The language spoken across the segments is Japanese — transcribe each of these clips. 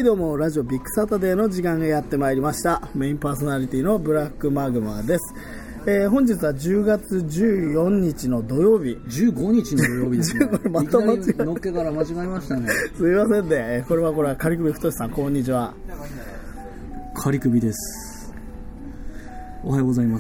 はいどうも、ラジオビッグサタデーの時間がやってまいりました。メインパーソナリティのブラックマグマです。本日は10月14日の土曜日。 15日の土曜日ですね。 また間違えのっけから間違えましたね。 すいませんね。これはカリクビ太さん、こんにちは。 カリクビです。おはようございます。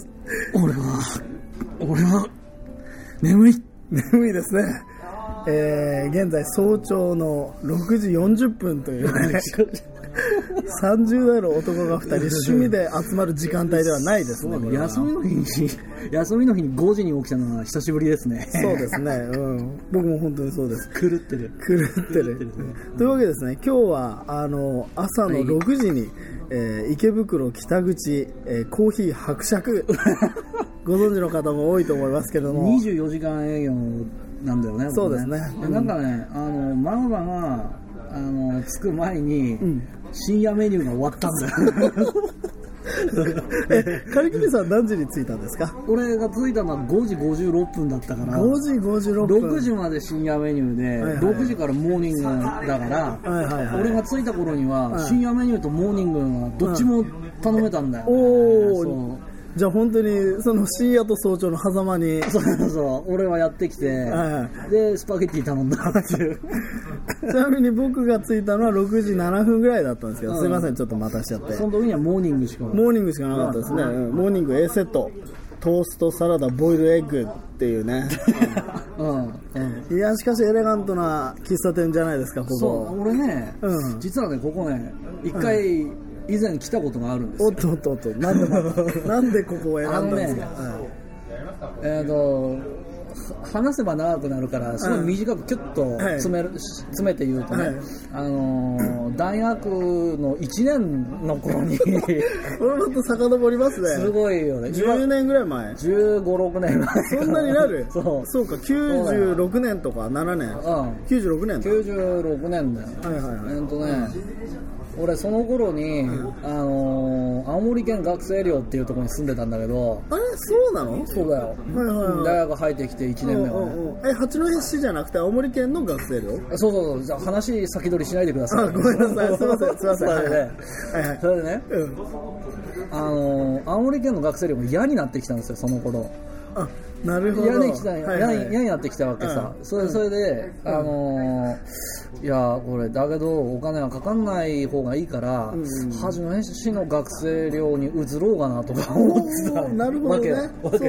俺は眠いですね。現在早朝の6時40分というね30代の男が2人趣味で集まる時間帯ではないですね。 休みの日に5時に起きたのは久しぶりですね。 そうですね、僕も本当にそうです。 狂ってる、 というわけですね。今日は朝の6時に、池袋北口、コーヒー伯爵ご存知の方も多いと思いますけれども、 24時間営業なんだよね。 そうですね。 なんかね、マグマが着く前に、深夜メニューが終わったんだよ。 カリキビさん何時に着いたんですか？ 俺が着いたのは5時56分だったから 5時56分 6時まで深夜メニューで、6時からモーニングだから、俺が着いた頃には深夜メニューとモーニングはどっちも頼めたんだよ、 そうじゃあ本当にその深夜と早朝の狭間にそう俺はやってきて、でスパゲッティ頼んだっていうちなみに僕が着いたのは6時7分ぐらいだったんですけど、すいませんちょっと待たしちゃって。 その時にはモーニングしかなかったですね。モーニング A セット、トーストサラダボイルエッグっていうねいやしかしエレガントな喫茶店じゃないですかここ。 そう俺ね、実はねここね一回、以前来たことがあるんですよ。 おっとなんでここを選んだんですか？ 話せば長くなるからすごい短くキュッと詰めて言うとね、大学の1年の頃に俺もっと遡りますね。 すごいよね。 10年ぐらい前、 15、6年前。 そんなになる？ そうか、96年とか7年、96年だ。 96年だよ。俺その頃に、青森県学生寮っていうところに住んでたんだけど。 あれそうなの？ そうだよ。大学入ってきて1年目はね。 八戸市じゃなくて青森県の学生寮？ そうじゃあ話先取りしないでください。 ごめんなさい、すいませんそれでね、青森県の学生寮も嫌になってきたんですよその頃。 なるほど。 嫌になってきたわけさ。それでいやこれだけどお金はかかんない方がいいから、八戸市の学生寮に移ろうかなとか思ってたわけ。 なるほどね。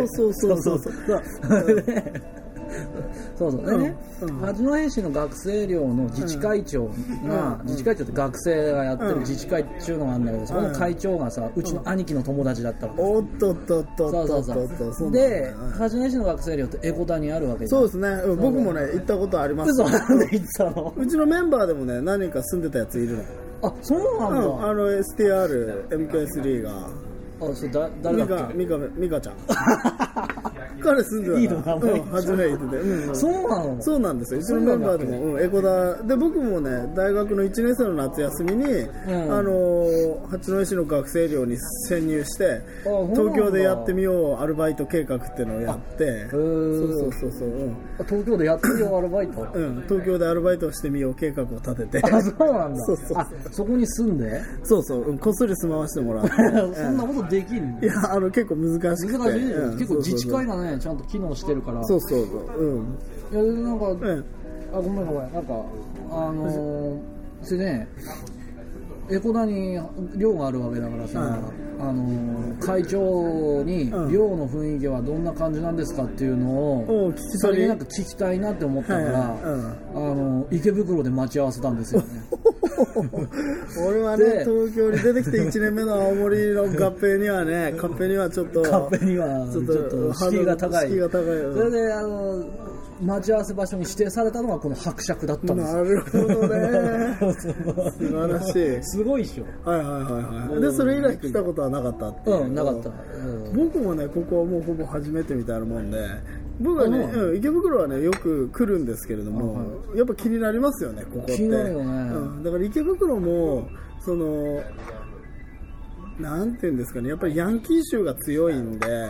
そうでね、八戸市の学生寮の自治会長が、自治会長って学生がやってる自治会っていうのがあるんだけど、そこの会長がさ、うちの兄貴の友達だったわけ。 おっとそうで、八戸市の学生寮ってエコタにあるわけじゃん。 そうですね。僕もね行ったことあります。 なんで行ったの？ うちのメンバーでもね何人か住んでたやついるの。 あ、そうなんだ。 STR MK3 が。 それ誰だっけ？ ミカちゃん。彼住んでた。いいの名前。初めて行ってて。 そうなの？ そうなんですよ。うちのメンバーでもエコダで、僕もね大学の1年生の夏休みに八戸市の学生寮に潜入して東京でやってみようアルバイト計画っていうのをやって。そう。 東京でやってみようアルバイト？ 東京でアルバイトをしてみよう計画を立てて。 そうなんだ。そこに住んで？ そうこっそり住まわせてもらって。 そんなことできんの？ いや結構難しくて。 結構自治会がねちゃんと機能してるから。 そう。 いやなんか、ごめんなんかそれねエコダに寮があるわけだからさ、会長に寮の雰囲気はどんな感じなんですかっていうのをそれでなんか聞きたいなって思ったから池袋で待ち合わせたんですよね。 俺はね東京に出てきて1年目の青森の合併にはちょっと敷居が高い。 それで待ち合わせ場所に指定されたのがこの伯爵だったんですよ。 なるほどね。素晴らしい。 すごいっしょ。 はい。でそれ以来来たことはなかったっていう。 なかった。 僕もねここはもうほぼ初めてみたいなもんで、僕はね池袋はねよく来るんですけれども、やっぱ気になりますよねここって。 気になるよね。 だから池袋もなんていうんですかね、やっぱりヤンキー臭が強いんで、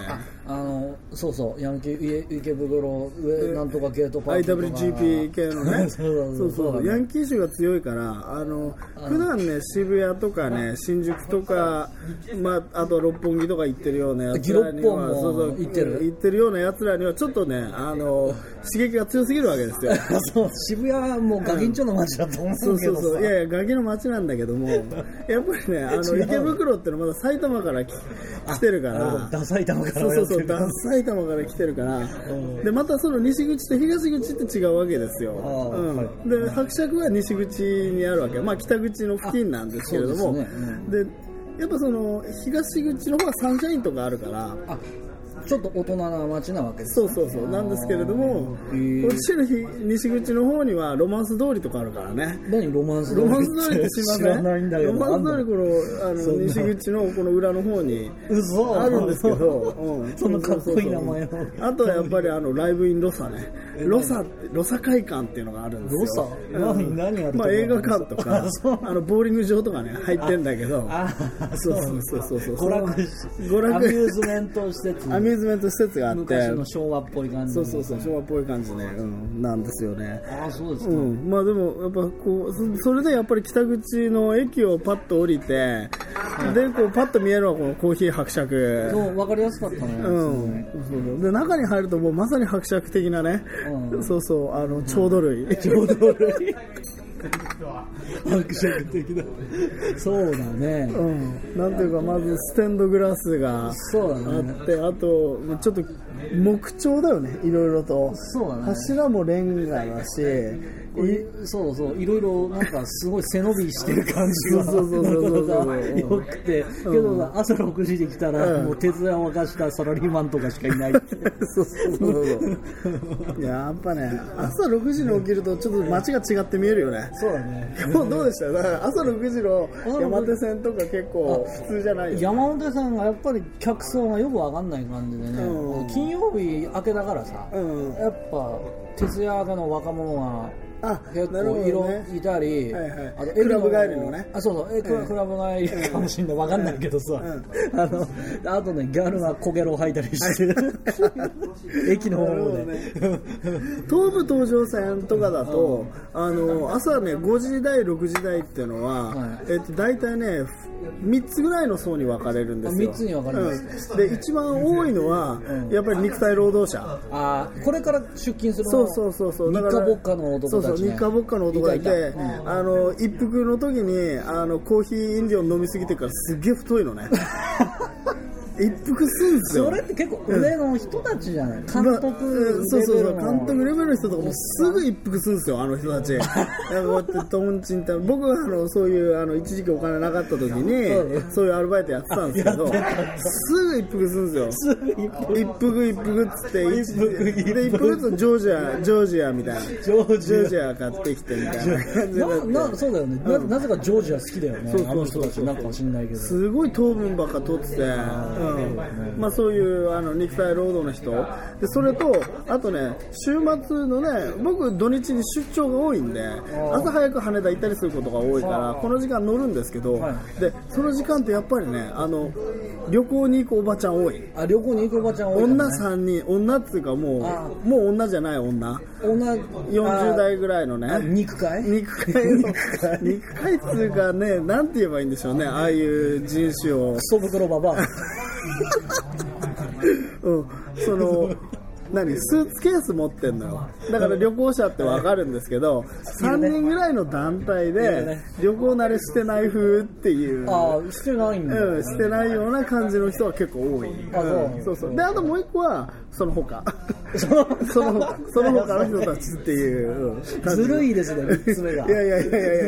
そうそうヤンキー池袋上なんとかゲートパークとか IWGP 系のねそうヤンキー州が強いから普段ね渋谷とかね新宿とか、あと六本木とか行ってるようなやつらには行ってるようなやつらにはちょっとね刺激が強すぎるわけですよそう渋谷はもうガキンチョの街だと思うけどさ、 そういやガキの街なんだけどもやっぱりね池袋ってのはまだ埼玉から来てるからダ埼玉からそうダ埼玉から来てるからでまたその西口と東口って違うわけですよ、で伯爵は西口にあるわけ、北口の付近なんですけれども、でやっぱその東口の方はサンシャインとかあるからちょっと大人な街なわけです、 そうなんですけれども、こっちの西口の方にはロマンス通りとかあるからね。 何ロマンス通りって知らないんだけど、ロマンス通りこの西口のこの裏の方にあるんですけど、 そのかっこいい名前を。 あとはやっぱりライブインロサね、ロサ会館っていうのがあるんですよ。 何あると映画館とかボーリング場とかね入ってんだけど、そう娯楽アミューズメント施設があって昔の昭和っぽい感じそう昭和っぽい感じね、なんですよね。 そうですか。 でもやっぱこうそれでやっぱり北口の駅をパッと降りて、でこうパッと見えるのはこのコーヒー伯爵。 そう分かりやすかったね。 で中に入るともうまさに伯爵的なね、郷土類伯爵的だ。そうだね。 なんていうかまずステンドグラスがあって、あとちょっと木彫だよね、いろいろと。 そうだね。 柱もレンガだし、 そういろいろなんかすごい背伸びしてる感じがよくて、けど朝6時に来たらもう徹夜を沸かしたサラリーマンとかしかいない。 やっぱね朝6時に起きるとちょっと街が違って見えるよね。 そうだね。 どうでした？だから朝6時の山手線とか結構普通じゃないよ。 山手線がやっぱり客層がよくわかんない感じでね、金曜日明けだからさ、やっぱ徹夜明けの若者が結構いたり、 あとクラブ帰りのね、 クラブ帰りかもしれない、分かんないけどさ、あとねギャルがコゲロを吐いたりして駅の方で、 東武東上線とかだと朝ね5時台6時台っていうのは大体ね3つぐらいの層に分かれるんですよ。 3つに分かれるんです。 で一番多いのはやっぱり肉体労働者。 これから出勤するそう日課ぼっかの男たちね。 日課ぼっかの男がいて、一服の時にコーヒー飲料飲みすぎてからすっげえ太いのね。一服するんですよ。 それって結構上の人たちじゃない、監督監督レベルの人とかもすぐ一服するんですよ、あの人たち。こうやってトンチンって僕はそういう一時期お金なかった時にそういうアルバイトやってたんですけど、すぐ一服するんですよ。一服っつって一服ずつジョージアみたいな、ジョージア買ってきてみたいな感じになって。 そうだよね。なぜかジョージア好きだよね。あの人たちなんか知んないけど。 すごい糖分ばっか取ってて。そういう肉体労働の人で、それとあとね週末のね、僕土日に出張が多いんで朝早く羽田行ったりすることが多いからこの時間乗るんですけど、でその時間ってやっぱりね旅行に行くおばちゃん多い。 旅行に行くおばちゃん多い、 女3人、女っていうかもう女じゃない女40代ぐらいのね、 肉塊っていうかね、なんて言えばいいんでしょうね、ああいう人種をクソ袋ババアスーツケース持ってんのよ。だから旅行者ってわかるんですけど、3人ぐらいの団体で旅行慣れしてない風っていう、 してないんだ、 してないような感じの人は結構多い。であともう一個はその他その他の人たちっていうずるいですね、3つ目が。 いや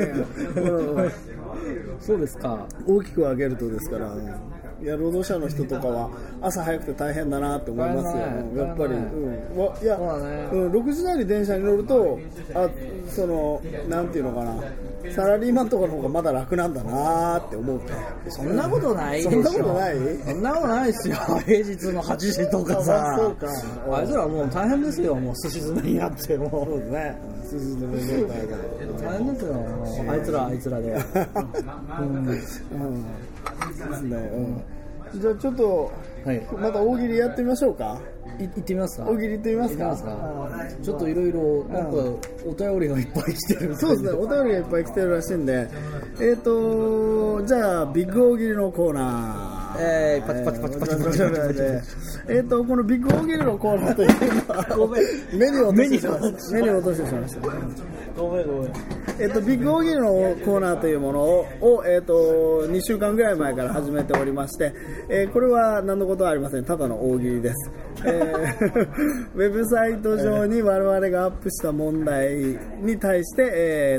そうですか。 大きく分けるとですから、労働者の人とかは朝早くて大変だなって思いますよ。やっぱり、6時台に電車に乗るとなんていうのかな、サラリーマンとかの方がまだ楽なんだなって思う。 そんなことないでしょ。 そんなことない？ そんなことないですよ。平日の8時とかさ。 そうか。 あいつらもう大変ですよ。もう寿司詰めになっても。 そうですね。寿司詰めになって大変ですよ。あいつらで。 じゃあちょっと、はい、また大喜利やってみましょうか。 行ってみますか。 大喜利行ってみますか。 ちょっといろいろなんかお便りがいっぱい来てる。 そうですね、お便りがいっぱい来てるらしいんで、じゃあビッグ大喜利のコーナー。 パチパチパチパチパチパチ。 このビッグ大喜利のコーナーというのはごめん、目に落としてしまいました。 ごめん。 ビッグ大喜利のコーナーというものを2週間ぐらい前から始めておりまして、これは何のことはありません。ただの大喜利です。ウェブサイト上に我々がアップした問題に対して、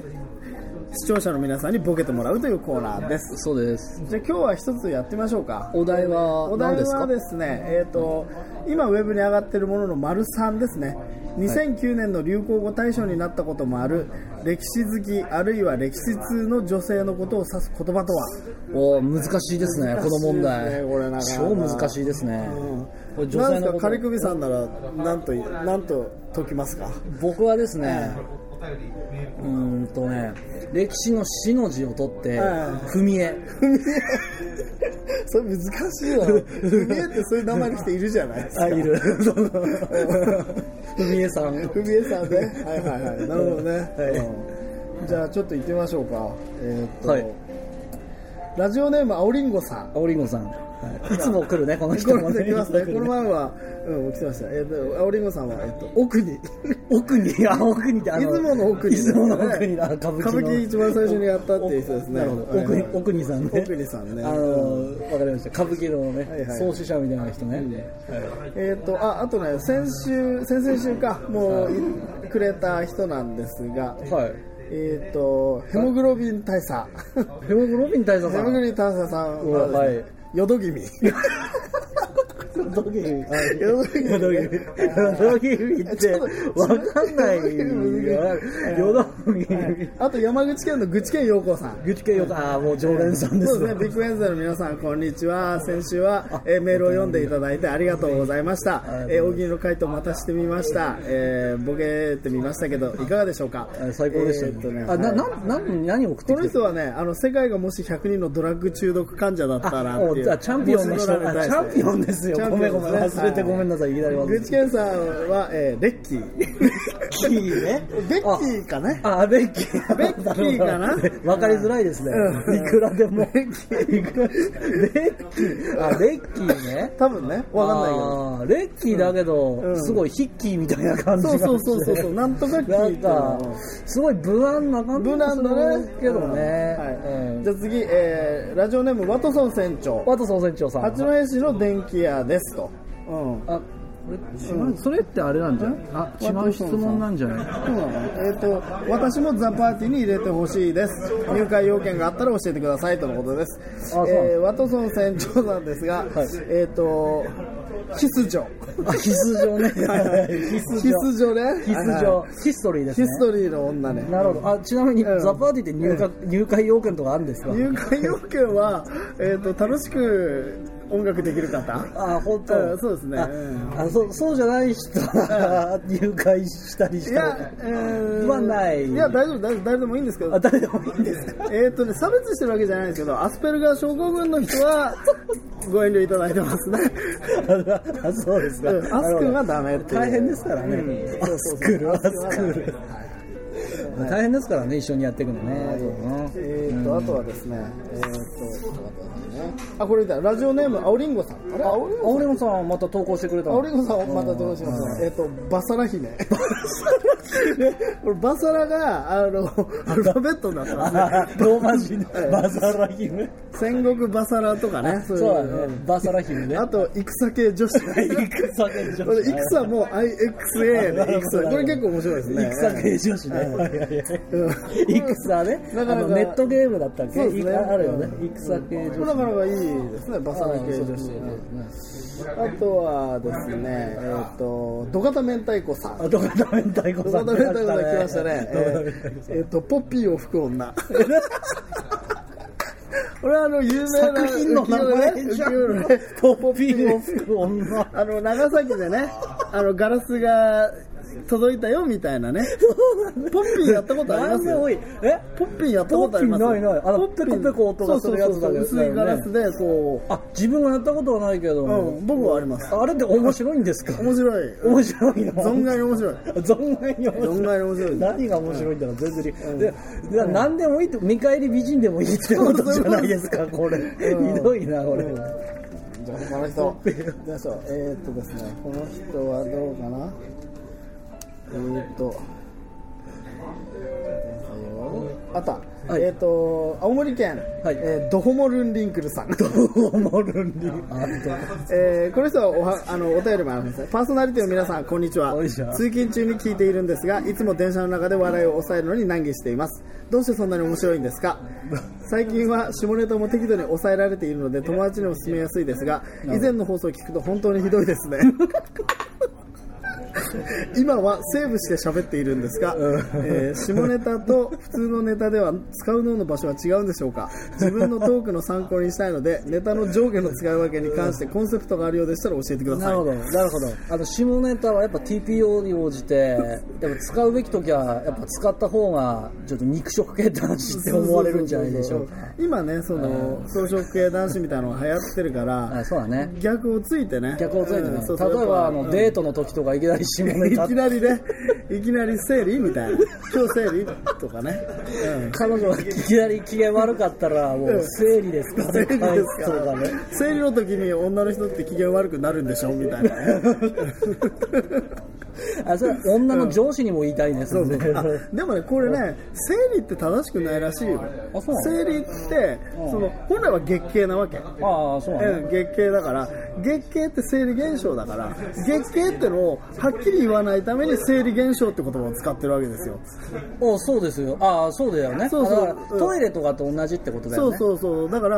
視聴者の皆さんにボケてもらうというコーナーです。 そうです。 じゃあ今日は一つやってみましょうか。 お題は何ですか？ お題はですね、今ウェブに上がっているものの丸3ですね。2009年の流行語大賞になったこともある歴史好きあるいは歴史通の女性のことを指す言葉とは。 難しいですね、この問題。超難しいですね。 これ女性のこと。仮首さんなら何と解きますか？ 僕はですね、歴史の史の字を取って踏み絵。 それ難しいわ。踏み絵ってそういう名前の人いるじゃないですか。 いる。踏み絵さん。 踏み絵さんね。はい。なるほどね。じゃあちょっと行ってみましょうか。ラジオネーム青りんごさん。いつも来るね、この人もね。来ますね。この前は来てました。青りんごさんは奥にって出雲の奥に、 歌舞伎一番最初にやったっていう人ですね。 奥にさんね。 奥にさんね。 わかりました。歌舞伎のね、創始者みたいな人ね。 あとね、先々週かもうくれた人なんですが。ヘモグロビン大佐。 ヘモグロビン大佐さんは淀君。 淀君ってわかんない。 あと山口県の愚痴県陽子さん。 もう常連さんです。 そうですね。ビッグエンゼルの皆さんこんにちは。先週はメールを読んでいただいてありがとうございました。大喜利の回答またしてみました。ボケてみましたけどいかがでしょうか？ 最高でしたね。何を送ってきてる？ この人はね、世界がもし100人のドラッグ中毒患者だったらっていう。 チャンピオンの人。チャンピオンですよ。ごめん忘れてごめんなさい。いきなりグチケンさんはレッキーね。ベッキーかね。 ベッキーかな。 わかりづらいですね。いくらでも。レッキーね。 多分ね。わかんないけど。 レッキーだけどすごいヒッキーみたいな感じが。 そうなんとかキーか。すごい無難な感じがするけどね。 じゃあ次ラジオネームワトソン船長さん。八戸市の電気屋ですと。 それってあれなんじゃない？違う質問なんじゃない？ 私もザ・パーティーに入れてほしいです。入会要件があったら教えてくださいとのことです。ワトソン船長なんですが、ヒス女ね。 ヒス女ね。ヒストリーですね。 ヒストリーの女ね。 なるほど。ちなみにザ・パーティーって入会要件とかあるんですか？ 入会要件は楽しく音楽できる方。 本当。 そうですね。 そうじゃない人が入会したりしたはない。 いや大丈夫誰でもいいんですけど。 誰でもいいんですか？ 差別してるわけじゃないんですけど、アスペルガー症候群の人はご遠慮いただいてますね。 そうですか。 アス君はダメって。 大変ですからね。アスクール。大変ですからね、一緒にやっていくのね。 あとはですね、これだ、ラジオネーム青りんごさん。 青りんごさんまた投稿してくれた。 青りんごさんまた投稿しました。バサラ姫。これバサラがアルファベットになってますね。 ローマ字のバサラ姫。 戦国バサラとかね。 そうだね。バサラ姫ね。 あと戦系女子。これ戦も IXA で戦。これ結構面白いですね。 戦系女子ね。戦ね。ネットゲームだったっけ？ そうですね。 あるよね。戦系女子。 なかなかいいですね。バサラ系女子。あとはですね、ドカタ明太子さん。 ドカタ明太子さん。 来ましたね。ポッピーを吹く女。これは有名な作品の名前じゃん。ポッピーを吹く女。 長崎でね、 ガラスが届いたよみたいなね。ポッピンやったことありますよ。ポッピンやったことありますよ。 ポッピンないない。ペコペコ音がするやつだけど、 薄いガラスでこう。 自分がやったことはないけど、 僕はあります。 あれって面白いんですか？ 面白い。 面白いの。 存外に面白い。 存外に面白い。何が面白いんだろう、全然。何でもいいって、見返り美人でもいいってことじゃないですか、これ。ひどいな、これ。 じゃあ他の人。ですね、この人はどうかな。あった、青森県、ドホモルンリンクルさん。 ドホモルンリンこの人はお便りもあるんですね。パーソナリティの皆さん、こんにちは。通勤中に聞いているんですが、いつも電車の中で笑いを抑えるのに難儀しています。どうしてそんなに面白いんですか？最近は下ネタも適度に抑えられているので友達にも勧めやすいですが、以前の放送を聞くと本当にひどいですね。今はセーブして喋っているんですが、下ネタと普通のネタでは使う脳の場所は違うんでしょうか？自分のトークの参考にしたいので、ネタの上下の使い分けに関してコンセプトがあるようでしたら教えてください。 なるほど。下ネタはやっぱ TPO に応じて、やっぱ使うべきときはやっぱ使った方がちょっと肉食系男子って思われるんじゃないでしょうか。 今ね、その草食系男子みたいなのが流行ってるから、 そうだね。 逆をついてね。 例えばデートの時とかいきなり下ネタいきなり生理みたいな、今日生理とかね、 彼女がいきなり機嫌悪かったらもう生理ですか、 生理ですか、生理の時に女の人って機嫌悪くなるんでしょみたいな。 それ女の上司にも言いたいね。 でもね、これね、生理って正しくないらしいよ。生理って本来は月経なわけ。月経だから、月経って生理現象だから、月経ってのをはっきり言わないために生理現象って言葉を使ってるわけですよ。 そうですよ。そうだよね。トイレとかと同じってことだよね。 そうだから、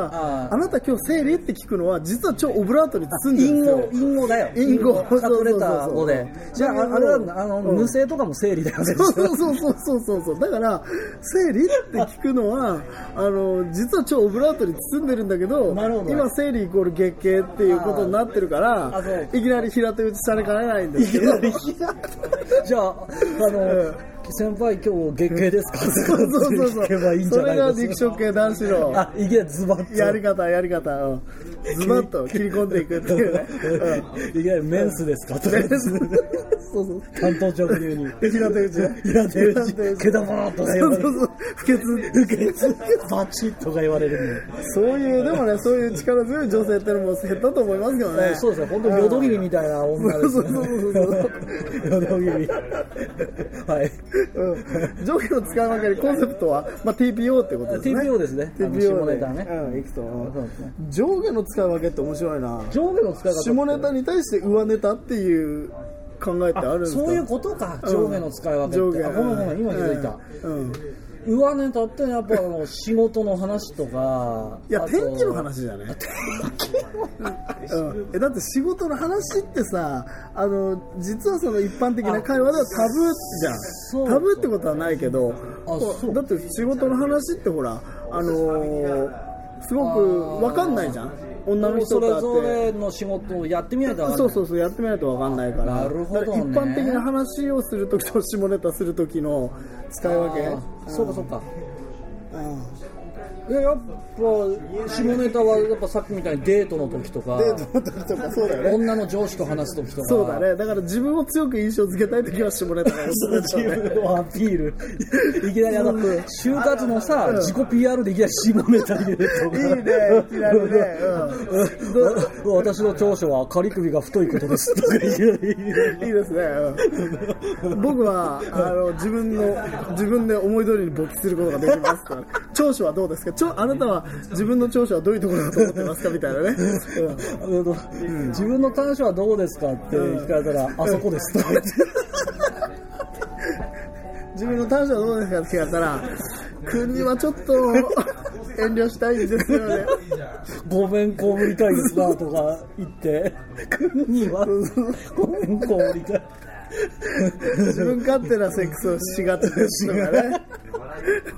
あなた今日生理って聞くのは実は超オブラートに包んでるんですよ。 隠語だよ。 隠語。 隠れた語で。じゃああれは無声とかも生理だよね。 そうだから生理って聞くのは実は超オブラートに包んでるんだけど、今生理イコール月経っていうことになってるから、いきなり平手打ちされかねないんですけど。 じゃあ先輩今日月経ですか？ それが肉食系男子のズバッとやり方、ズバッと切り込んでいくっていうね。 いきなりメンスですか？担当直入に平手打ち毛玉とか言われる。 不潔バチッとか言われる。 そういうでもね、そういう力強い女性ってのも減ったと思いますけどね。 そうですね、本当に淀切りみたいな女ですよね。淀切り。はい。 上下の使い分けるコンセプトはTPO ってことですね。 TPO ですね。 TPO 下ネタね。 上下の使い分けって面白いな。 上下の使い方。 下ネタに対して上ネタっていう考えってあるんですか？ そういうことか。上下の使い分けって。ごめん今気づいた。上ネタってやっぱ仕事の話とか、 いや天気の話じゃない？だって仕事の話ってさ、実はその一般的な会話ではタブーじゃん。タブーってことはないけど、だって仕事の話ってほらすごく分かんないじゃん。女の人だってそれぞれの仕事をやってみないと分かんない。 そうやってみないと分かんないから。 なるほどね。 一般的な話をするときと下ネタするときの使い分け。 そうか。やっぱ下ネタはやっぱさっきみたいにデートの時とか、 そうだよね。 女の上司と話す時とか。 そうだね。だから自分を強く印象付けたい時は下ネタが自分をアピール。いきなり就活のさ、自己 PR でいきなり下ネタ入れるとか。 いいね、いきなりね。 私の長所は仮首が太いことですとかいいですね。僕は自分で思い通りに勃起することができますから。長所はどうですか？あなたは自分の長所はどういうところだと思ってますかみたいなね。 自分の短所はどうですかって聞かれたら、あそこですと。 自分の短所はどうですかって聞かれたら、君にはちょっと遠慮したいんですよね。 ごめんこぶりたいですなとか言って、君にはごめんこぶりたい。 自分勝手なセックスをしがちですとかね。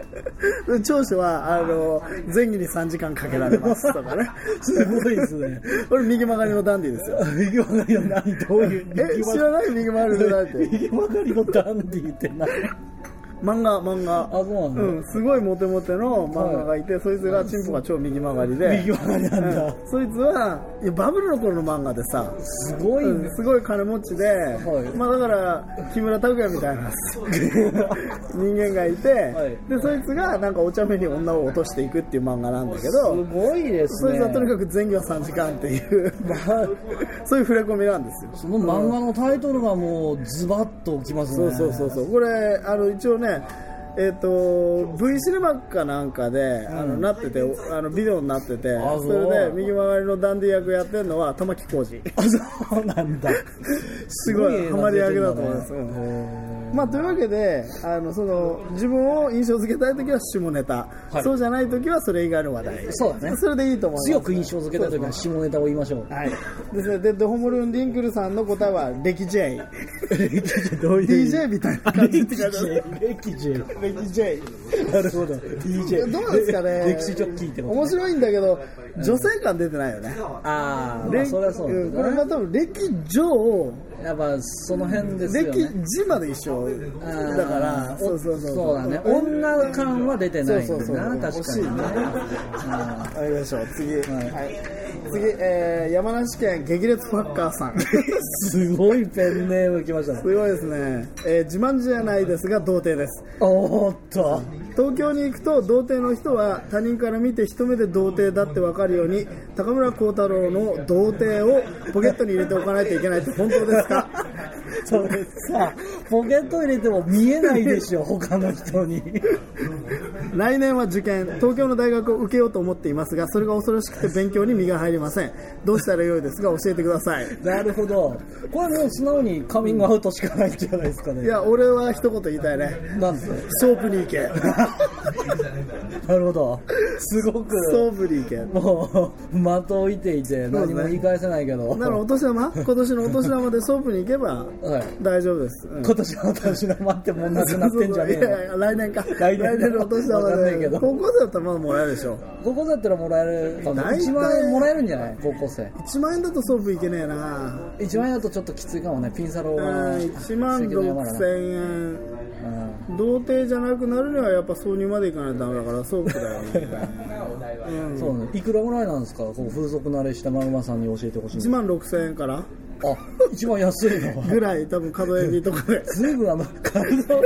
長所は前儀に3時間かけられますとかね。 すごいですね。 これ右曲がりのダンディですよ。 右曲がりのダンディ、どういう。 知らない右曲がりのダンディ。 右曲がりのダンディって何？ 漫画。 あ、そうなんだ。 すごいモテモテの漫画がいて、そいつがチンポが超右曲がりで。 右曲がりなんだ。 そいつは、バブルの頃の漫画でさ、 すごい、 すごい金持ちで、まあだから、木村拓哉みたいな人間がいて、で、そいつがなんかお茶目に女を落としていくっていう漫画なんだけど、 すごいですね。 そいつはとにかく前儀は3時間っていう、そういう触れ込みなんですよ。 その漫画のタイトルがもうズバッときますね。 そう。これ、一応ね、V シネマかなんかで、なってて、ビデオになってて、それで右曲がりのダンディ役やってるのは玉置浩二。 あ、そうなんだ。 すごいハマり役だと思います。まあ、というわけで、自分を印象付けたいときは下ネタ、そうじゃないときはそれ以外の話題。 そうだね。 それでいいと思います。 強く印象付けたいときは下ネタを言いましょう。 はい。ですね。で、ドホモルン・リンクルさんの答えは、レキ J。 レキ J どういう DJ みたいな感じってレキ J。 レキ J。 なるほど。DJ。 どうですかね。 歴史ジョッキーってこと。 面白いんだけど、女性感出てないよね。 ああ、それはそうですね。 これは多分、歴女、 やっぱその辺ですよね。 歴字まで一緒だから、 そうだね。女感は出てないんだな、確かにね。 あれでしょう、次。次、山梨県激烈ファッカーさん。 すごいペンネーム来ましたね。 すごいですね。自慢じゃないですが、童貞です。 おーっと。 東京に行くと童貞の人は他人から見て一目で童貞だって分かるように高村光太郎の童貞をポケットに入れておかないといけないって本当ですか？ それさ、ポケット入れても見えないでしょ他の人に。 来年は受験、東京の大学を受けようと思っていますが、それが恐ろしくて勉強に身が入りません。どうしたらよいですか？教えてください。 なるほど。これもう素直にカミングアウトしかないんじゃないですかね。 いや、俺は一言言いたいね。 なんで？ ソープに行け。 なるほど。すごくソープに行け。 もう的を置いていて何も言い返せないけど。 だからお年玉、今年のお年玉でソープに行けば大丈夫です。 今年のお年玉ってもうなくなってんじゃねえよ。 来年か。来年のお年玉で。高校生だったらまだもらえるでしょ。 高校生だったらもらえるかも。1万円もらえるんじゃない？高校生。 1万円だとソープいけねえな。 1万円だとちょっときついかもね。ピンサロが。1万6000円。童貞じゃなくなるにはやっぱ挿入までいかないとダメだからソープだよね。 そうね。いくらぐらいなんですか？こう風俗慣れしたマグマさんに教えてほしい。 1万6000円から。 あ、一番安いのぐらい多分角エビとかで。 随分角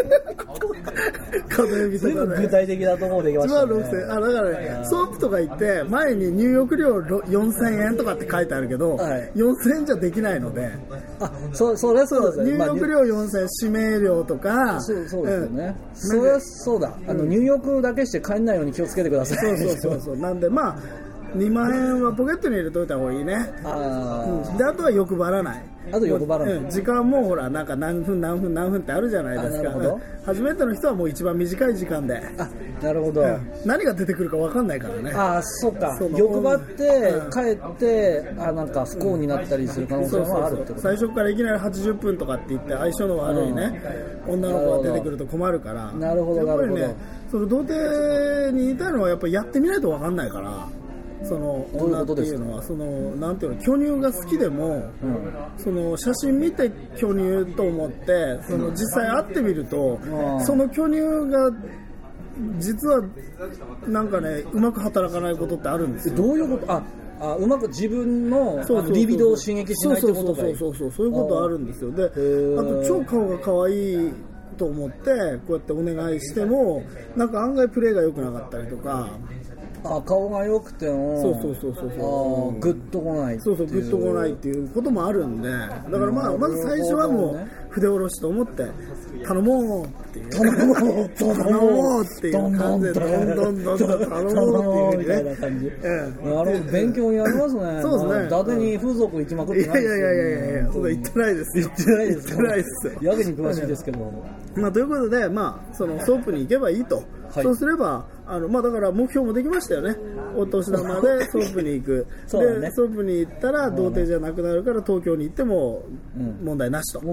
エビとかで。 具体的なところでいきましたね。 1万6000円。だからね、ソープとか行って前に入浴料4000円とかって書いてあるけど、4000円じゃできないので。 あ、それはそうですね。 入浴料4000円、指名料とか。 そうですよね。それはそうだ。入浴だけして帰んないように気をつけてください。 そう。なんでまあ。2万円はポケットに入れといた方がいいね。で、あとは欲張らない。 あと欲張らない。 時間もほら、なんか何分ってあるじゃないですか。初めての人はもう一番短い時間で。 あ、なるほど。 何が出てくるか分かんないからね。 あ、そうか。欲張って帰って、なんか不幸になったりする可能性もあるってこと。 最初からいきなり80分とかって言って相性の悪いね、女の子が出てくると困るから。 なるほど、なるほど。やっぱりね、 その童貞に言いたいのはやっぱりやってみないと分かんないから。その女っていうのはそのなんていうの巨乳が好きでも、その写真見て巨乳と思ってその実際会ってみると、その巨乳が実はなんかねうまく働かないことってあるんですよ。 どういうこと？うまく自分のリビドを刺激しないってことがいい。 そういうことあるんですよ。で、あと超顔が可愛いと思ってこうやってお願いしてもなんか案外プレーが良くなかったりとか。 顔が良くてもグッとこない。 グッとこないっていうこともあるんで、だからまず最初はもう筆下ろしと思って頼もうっていう頼もうっていう感じでどんどん頼もうっていうみたいな感じ。 なるほど、勉強になりますね。 そうですね。 伊達に風俗行きまくってないですよ。 いやそんな言ってないですよ。 言ってないですよ。 言ってないですよ。 やけに詳しいですけど。 ということでそのソープに行けばいいと。そうすればだから目標もできましたよね。お年玉でソープに行く。でソープに行ったら童貞じゃなくなるから東京に行っても問題なしと。 問題なしと。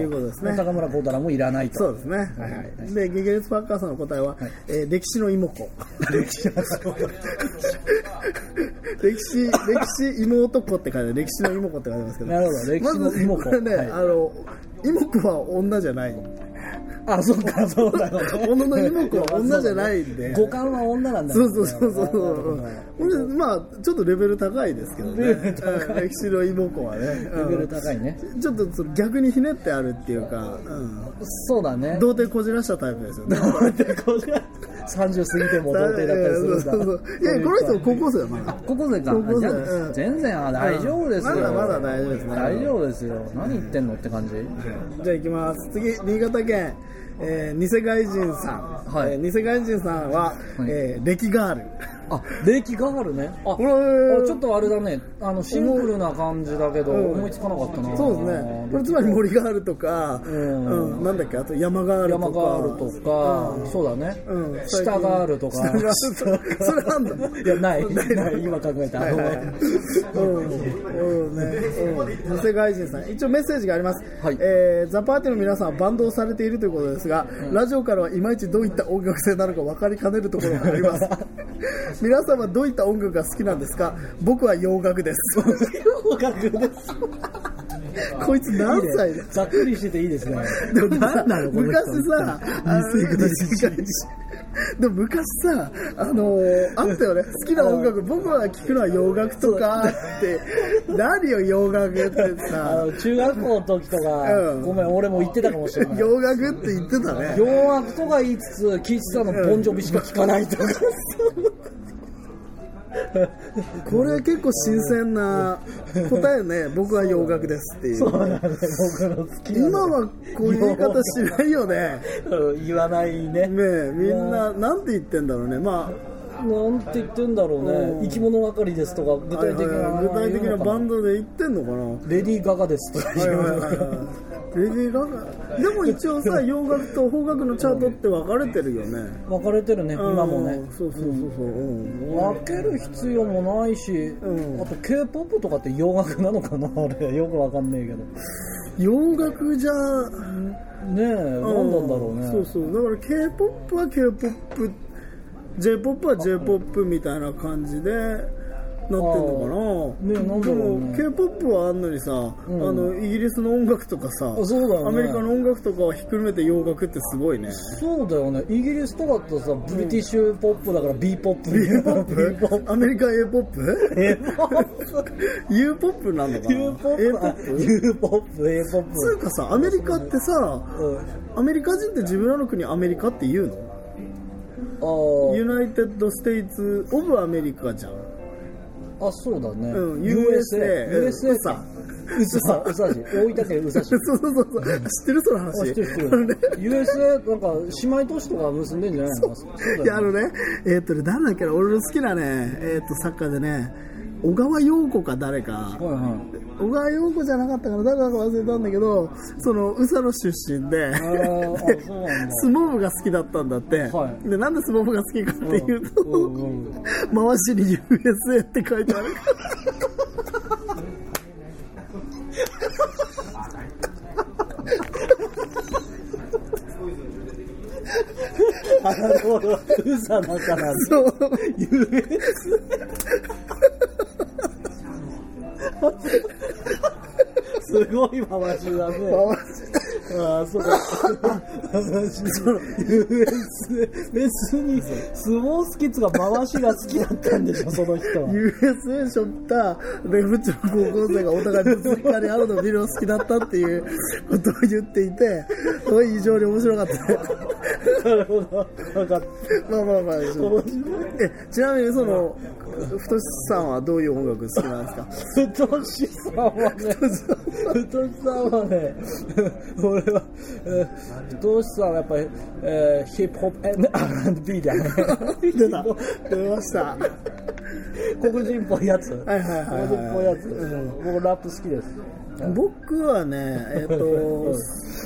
いうことですね。 高村光太郎もいらないと。 そうですね。はいはい。で、ゲゲレスパッカーさんの答えは、歴史の妹子。歴史妹子って書いてある。歴史の妹子って書いてますけど。 なるほど、歴史の妹子。 これね、妹子は女じゃない。 あ、そうか、そうだよね。 女の妹子は女じゃないんで。 五感は女なんだ。 そう。まあ、ちょっとレベル高いですけどね。歴史の妹子はね。 レベル高いね。 ちょっと逆にひねってあるっていうか、 そうだね。 童貞こじらしたタイプですよね。 童貞こじら30過ぎても童貞だったりするんだ。 いや、この人高校生だまだ。 高校生か。全然大丈夫ですよ。 まだ大丈夫ですね。 大丈夫ですよ。何言ってんのって感じ。 じゃあ行きます。次、新潟県。偽外人さん、偽外人さんは、歴ガール。 あ、歴ガールね。ちょっとあれだね。シンプルな感じだけど、思いつかなかったな。 そうですね。これつまり森ガールとか、なんだっけ、あと山ガールとか。 山ガールとか、そうだね。下ガールとか。 それなんだ。 いや、ない。今考えた。 偽外人さん。一応メッセージがあります。ザ・パーティーの皆さんはバンドをされているということですが、ラジオからはいまいちどういった音楽性なのか分かりかねるところがあります。皆さんはどういった音楽が好きなんですか？僕は洋楽です。 洋楽です。 こいつ何歳だ？ ざっくりしてていいですね。 何なの昔さ、でも昔さ、あったよね。好きな音楽、僕は聴くのは洋楽とかって、何よ洋楽ってさ。 中学校の時とか、ごめん、俺も言ってたかもしれない。 洋楽って言ってたね。 洋楽とか言いつつ、聴いてたのボンジョビしか聴かないとか。 これ結構新鮮な答えね。僕は洋楽ですっていう。 そうだね、僕の好きな。 今はこういう言い方しないよね。 言わないね。 みんななんて言ってんだろうね。 なんて言ってんだろうね。生き物係ですとか具体的なバンドで言ってんのかな。 レディー・ガガですとか言うのかな。 レディー・ガガ。でも一応さ、洋楽と邦楽のチャートって分かれてるよね。 分かれてるね、今もね。 そう。 分ける必要もないし、あと K-POP とかって洋楽なのかな。あれよく分かんねえけど。 洋楽じゃねえ、何なんだろうね。 そう。だから K-POP は K-POP、J-POP は J-POP みたいな感じでなってんのかな。 ね、なんだろうね。 でも K-POP はあんのにさ、イギリスの音楽とかさ、 そうだよね、 アメリカの音楽とかをひっくるめて洋楽ってすごいね。 そうだよね。イギリスとかってさ、ブリティッシュポップだから B-POP。 アメリカ A-POP？U-POP なんのかな。 U-POP、A-POP。 つうかさ、アメリカってさ、アメリカ人って自分らの国アメリカって言うの？ユナイテッド・ステイツ・オブ・アメリカじゃん。 あ、そうだね。 USA さ。宇佐市。大分県宇佐市。 そう。知ってるその話。 知ってる。USA なんか姉妹都市とか結んでんじゃないの？ いや誰だっけな、俺の好きなね、サッカーでね、小川陽子か誰か。小川陽子じゃなかったから誰だか忘れたんだけど、その宇佐の出身で、相撲部が好きだったんだって。で、なんで相撲部が好きかっていうと、回しに USA って書いてあるから。 なるほど。宇佐だから。 そう。 US。すごい回しだね。ああ、そうか。US、別に相撲好きっつが回しが好きだったんでしょ、その人は。 USA しょったレフチの高校生がお互いぶつかり合うのを見るの好きだったっていうことを言っていて、それ非常に面白かった。 なるほど。分かった。 まあ。ちなみにその、太さんはどういう音楽好きなんですか？ 太さんはね、俺は、太さんはやっぱり、ヒップホップ&R&B だね。 出ました。 黒人っぽいやつ。 はい。 黒人っぽいやつ。僕ラップ好きです。 僕はね、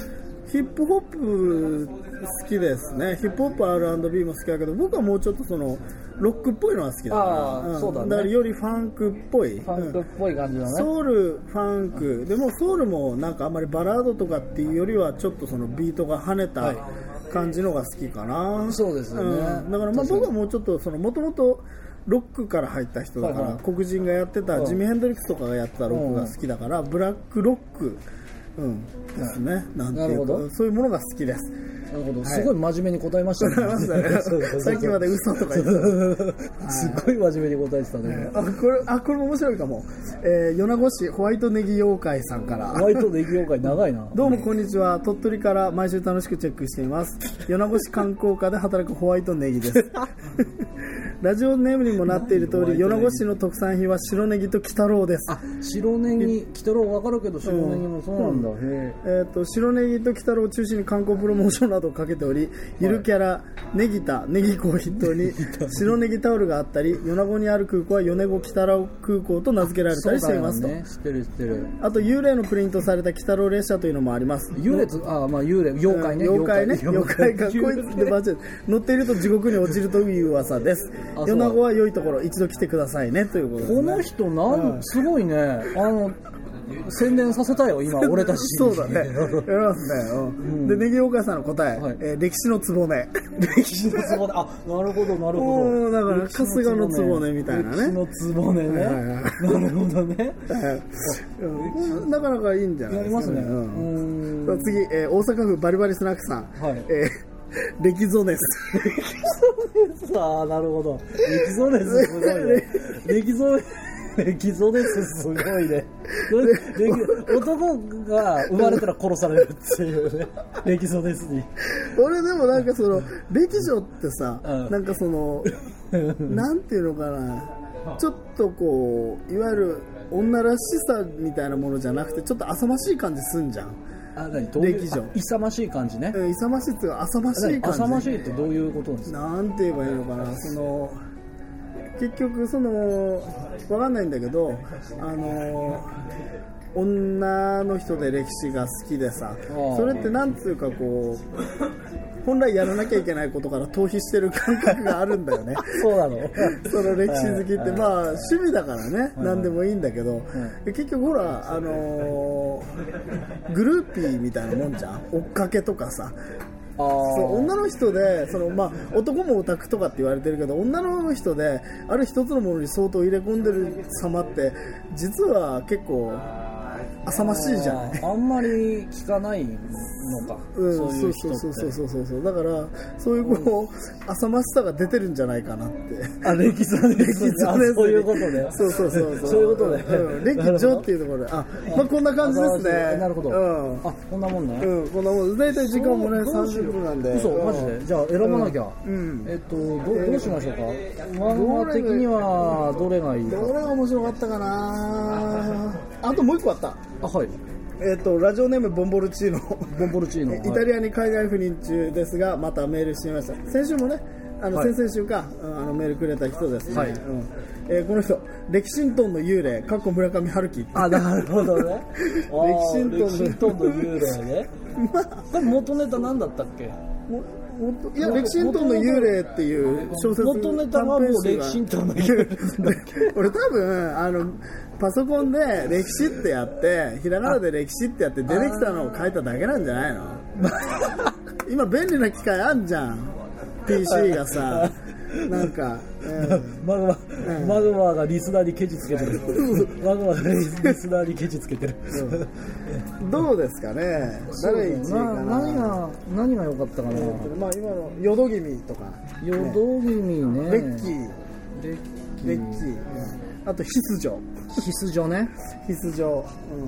ヒップホップ好きですね。ヒップホップ R&B も好きだけど、僕はもうちょっとそのロックっぽいのが好きだから、 そうだね、 だからよりファンクっぽい、 ファンクっぽい感じだね。 ソウル、ファンクでもソウルもなんかあんまりバラードとかっていうよりはちょっとそのビートが跳ねた感じのが好きかな。 そうですよね、 だからまあ僕はもうちょっとそのもともとロックから入った人だから、黒人がやってたジミー・ヘンドリックスとかがやってたロックが好きだから、ブラックロック、ですね、なんていうかそういうものが好きです。 なるほど、すごい真面目に答えましたね。 さっきまで嘘とか言ってた。 すごい真面目に答えてたね。 これも面白いかも。米子市ホワイトネギ妖怪さんから。 ホワイトネギ妖怪長いな。 どうもこんにちは。鳥取から毎週楽しくチェックしています。米子市観光課で働くホワイトネギです。ラジオネームにもなっている通り、米子市の特産品は白ネギと鬼太郎です。 白ネギ、鬼太郎分かるけど白ネギもそうなんだ。 白ネギと鬼太郎を中心に観光プロモーションなどをかけており、ゆるキャラネギタ、ネギ子を筆頭に白ネギタオルがあったり、米子にある空港は米子鬼太郎空港と名付けられたりしていますと。 知ってる知ってる。 あと幽霊のプリントされた鬼太郎列車というのもあります。 幽霊、幽霊、妖怪ね。 妖怪がこいつで間違え乗っていると地獄に落ちるという噂です。米子は良いところ、一度来てくださいねということですね。 この人すごいね。宣伝させたよ今俺たち。 そうだね。やりますね。でネギ妖怪さんの答え、歴史のつぼね。 歴史のつぼね。なるほどなるほど。 だから春日のつぼねみたいなね。 歴史のつぼねね。なるほどね。 なかなかいいんじゃないですか。 やりますね。 次、大阪府バリバリスナックさん。レキゾネス。 なるほど。レキゾネスすごいね。レキゾネスすごいね。男が生まれたら殺されるっていうね。レキゾネスに。 俺でもなんかその歴女ってさ、なんかそのなんていうのかな、ちょっとこういわゆる女らしさみたいなものじゃなくて、ちょっと浅ましい感じすんじゃん。歴女。勇ましい感じね。 勇ましいっていうか浅ましい感じ。 浅ましいってどういうことですか。 なんて言えばいいのかな、結局わかんないんだけど、女の人で歴史が好きでさ、それってなんつうかこう本来やらなきゃいけないことから逃避してる感覚があるんだよね。 そうなの。 その歴史好きってまあ趣味だからね、何でもいいんだけど、結局ほらグルーピーみたいなもんじゃん。追っかけとかさ。そう女の人で男もオタクとかって言われてるけど、女の人である一つのものに相当入れ込んでる様って実は結構浅ましいじゃない。 あんまり聞かないのか。 そうだからそういうこう浅ましさが出てるんじゃないかなって。 歴史そういうことで。 そういうことで。 歴女っていうところで、こんな感じですね。 なるほど。こんなもんね。 こんなもん。大体時間もね30分なんで。 嘘マジで。じゃあ選ばなきゃ。どうしましょうか。漫画的にはどれがいいか。 どれが面白かったかな。あともう一個あった。 はい。 ラジオネームボンボルチーノ。イタリアに海外赴任中ですが、またメールしてみました。先週もね、先々週か、メールくれた人ですね。この人、レキシントンの幽霊、村上春樹。 なるほどね。レキシントンの幽霊ね。これ元ネタ何だったっけ？ いや、レキシントンの幽霊っていう小説。 元ネタはもうレキシントンの幽霊。 俺多分パソコンで歴史ってやってひらがなで歴史ってやって出てきたのを書いただけなんじゃないの？今便利な機械あんじゃん。PC がさ、なんか、 マグマがリスナーにケチつけてる。マグマがリスナーにケチつけてる。 どうですかね。誰1位かな。 何が良かったかな。 今のヨドギミとか。 ヨドギミね。 レッキー。あと必女ね。必女。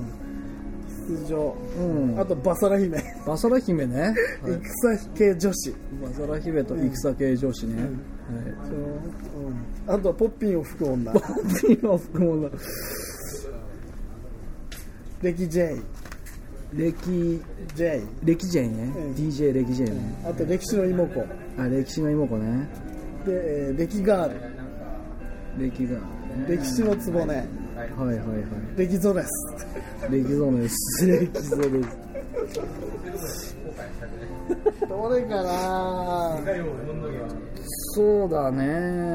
あとバサラ姫ね。戦系女子。 バサラ姫と戦系女子ね。 あとはポッピンを吹く女。レキ J ね。DJ レキ J ね。あと歴史の妹子。 歴史の妹子ね。 で、レキガール。歴史のつぼね。レキゾネス。 どれかな。 そうだね。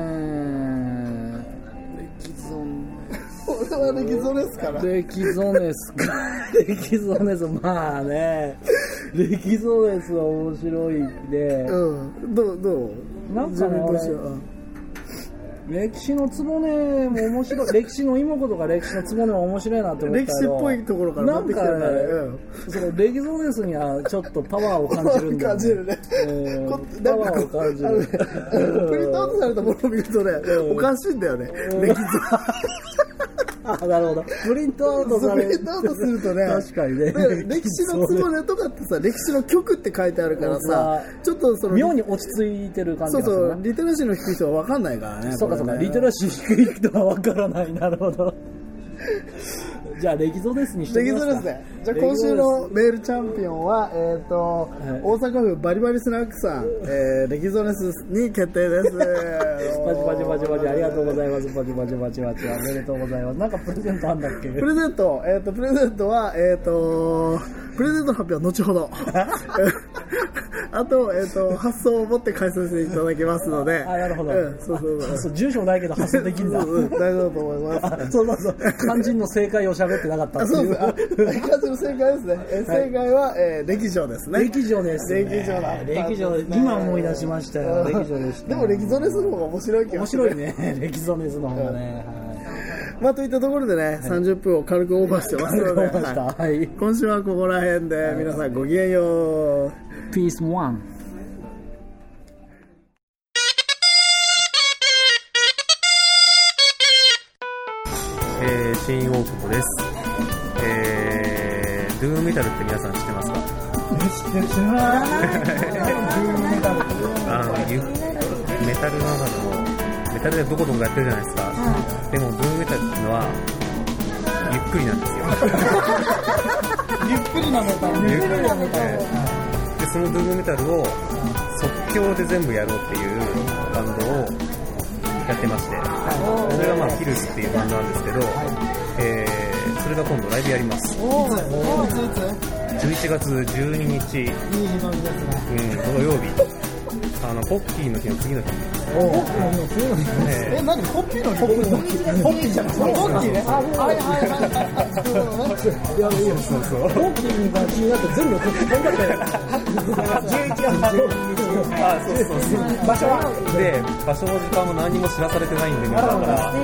俺はレキゾネスかな。 レキゾネスか。レキゾネス、まあね。レキゾネスは面白いね。 うん。どうなんかね、歴史のつぼねも面白い。歴史の妹とか歴史のつぼねも面白いなって思ったけど、 歴史っぽいところから持ってきてるからね。 そのレキゾネスにはちょっとパワーを感じるんだよね。 感じるね。 パワーを感じる。 プリントアウトされたものを見るとね、おかしいんだよね。レキゾあ、なるほど。プリントアウトされる。 プリントアウトするとね、 確かにね。 歴史のつぼねとかってさ、歴史の曲って書いてあるからさ、ちょっとその妙に落ち着いてる感じがする。 そうそう、リテラシーの低い人は分かんないからね。 そうかそうか、リテラシー低い人は分からない。なるほど。じゃあレキゾネスにしてみますか。 レキゾネスね。じゃあ今週のメールチャンピオンは大阪府バリバリスナックさん、レキゾネスに決定です。 バチバチバチバチ、ありがとうございます。バチバチバチバチ、おめでとうございます。なんかプレゼントあんだっけ？ プレゼントはプレゼントの発表は後ほど。あと、発送を持って返させていただきますので。 あ、なるほど。 そう住所ないけど発送できるんだ。 大丈夫だと思います。 そう。肝心の正解を喋ってなかったっていう。 そうです。肝心の正解ですね。正解は、歴女ですね。 歴女です。 歴女だ。 歴女、今思い出しましたよ。歴女でした。 でも歴ゾネスの方が面白いけど。 面白いね。歴ゾネスの方がね。 まあといったところでね、30分を軽くオーバーしてますので、今週はここら辺で皆さんごきげんよう。 ピースワン。 新大久保です。ドゥーンメタルって皆さん知ってますか？ 知らない。 メタルの中でもメタルでどこどこやってるじゃないですか。でもドゥーンメタルっていうのはゆっくりなんですよ。 ゆっくりなメタル。ゆっくりなメタル。 でそのドゥーンメタルを即興で全部やろうっていうバンドをやってまして、それがまあヒルスっていうバンドなんですけど、それが今度ライブやります。11月12日、土曜日、ポッキーの日の次の日。 何ポッキーの日？ポッキーじゃない。ポッキーね。はい。 そう。ポッキーが気になって全部こっちになって。11月12日。そう。場所も時間も何も知らされてないんで、皆さんから。はい。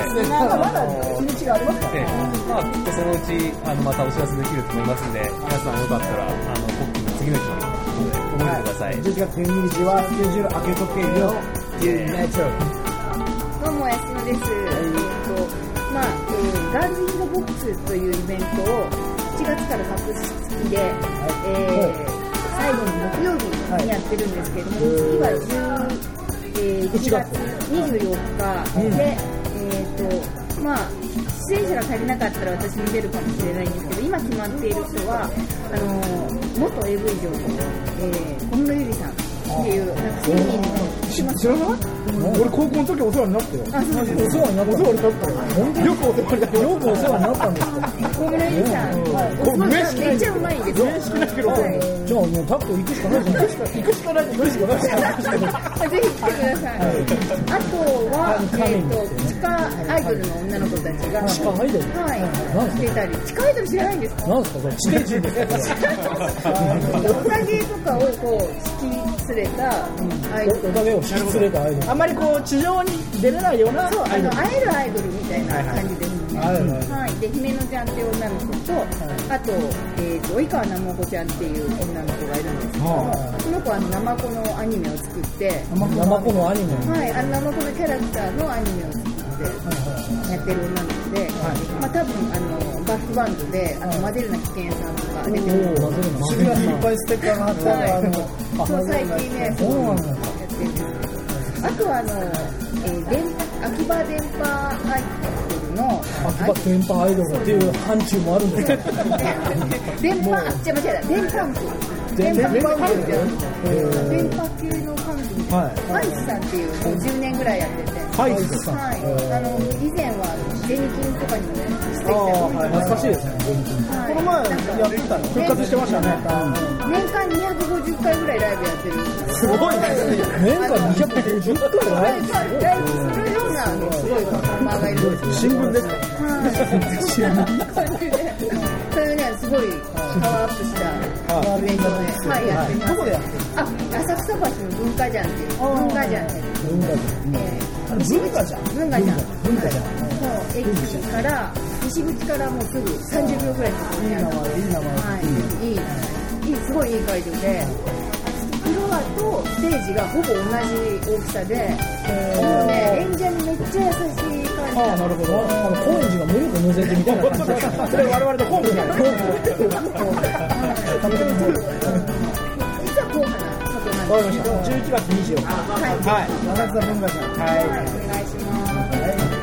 まだ日にちがありますか？ まあきっとそのうちまたお知らせできると思いますんで、皆さんよかったらポッキーの次の日の覚えてください。 11月12日はスケジュール開けとけよ。 どうも安野です。ガールズインドボックスというイベントを7月から各式で、最後の木曜日にやってるんですけれども、次は1月24日で、出演者が足りなかったら私に出るかもしれないんですけど、今決まっている人は元 AV 女優、小室ゆりさんっていう1000人の知らない？俺高校の時お世話になったよ。 あ、そうです。 お世話になったよ。よくお世話になった。よくお世話になったんですよ。 小室ゆりさん、めっちゃうまいです。 面識ないけど、じゃあもうタップ行くしかないじゃん。行くしかない。ぜひ来てください。あとは地下アイドルの女の子たちが地下アイドル？ 出たり。地下アイドル知らないんですか？ なんですかそれ？地底人ですか？ おかげとかをこう引き連れたアイドル。 おかげを引き連れたアイドル。あまりこう地上に出れないような。 そう、会えるアイドルみたいな感じですね。はい。で、姫野ちゃんっていう女の子と、あと、及川なもこちゃんっていう女の子がいるんですけども、その子はナマコのアニメを作って、 ナマコのアニメ？ はい、ナマコのキャラクターのアニメを作ってやってる女の子で、多分バックバンドでマデルナ危険さんとか出てる。 渋谷にいっぱいステッカーが貼ってある。 そう、最近ね、そうやってるんです。あとは秋葉電波アイドルの秋葉電波アイドルっていう範疇もあるんですよ。 電波部。 電波系のカンビ、ファイスさんっていう10年ぐらいやってて、 ファイスさん、 はい、以前はゼニキンとかにもねしてきて、 懐かしいですね、ゼニキン。この前やってたの復活してましたね。 年間250回ぐらいライブやってる。 すごいですね。年間250回ライブするようなすごいパフォーマーがいるんですよ。 新聞ですか？ 新聞。そういうね、すごいパワーアップしたイベントで、はい、やってます。どこでやってる？浅草橋の文化ジャンっていう文化ジャンって駅から西口からもうすぐ30秒ぐらいのところにある。いい名前。すごいいい会場で、フロアとステージがほぼ同じ大きさで、もうね、演者にめっちゃ優しい感じ。 なるほど。高円寺が無力乗せてみたいな感じですか？それ我々の本部じゃない。 実は後半なことなんですけど。 11月24日。 はい。 中津田文化祭。 はい。お願いします。